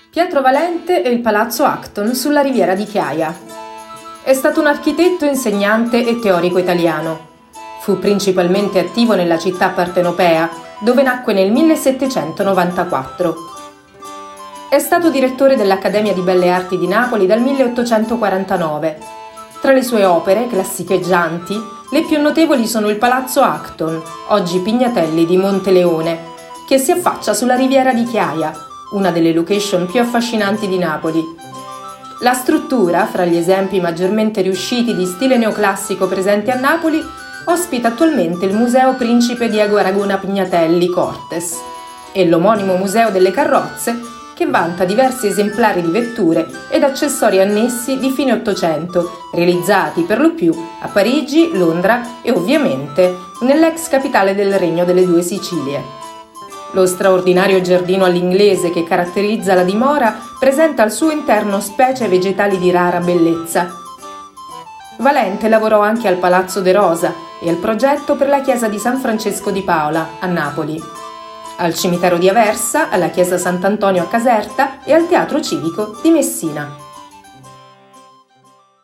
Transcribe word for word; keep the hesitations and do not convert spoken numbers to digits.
Pietro Valente e il Palazzo Acton sulla riviera di Chiaia. È stato un architetto, insegnante e teorico italiano. Fu principalmente attivo nella città partenopea, dove nacque nel millesettecentonovantaquattro. È stato direttore dell'Accademia di Belle Arti di Napoli dal milleottocentoquarantanove. Tra le sue opere, classicheggianti, le più notevoli sono il Palazzo Acton, oggi Pignatelli di Monteleone, che si affaccia sulla riviera di Chiaia, una delle location più affascinanti di Napoli. La struttura, fra gli esempi maggiormente riusciti di stile neoclassico presenti a Napoli, ospita attualmente il Museo Principe Diego Aragona Pignatelli Cortes e l'omonimo Museo delle Carrozze, che vanta diversi esemplari di vetture ed accessori annessi di fine Ottocento, realizzati per lo più a Parigi, Londra e ovviamente nell'ex capitale del Regno delle Due Sicilie. Lo straordinario giardino all'inglese che caratterizza la dimora presenta al suo interno specie vegetali di rara bellezza. Valente lavorò anche al Palazzo de Rosa e al progetto per la chiesa di San Francesco di Paola a Napoli, al cimitero di Aversa, alla chiesa Sant'Antonio a Caserta e al teatro civico di Messina.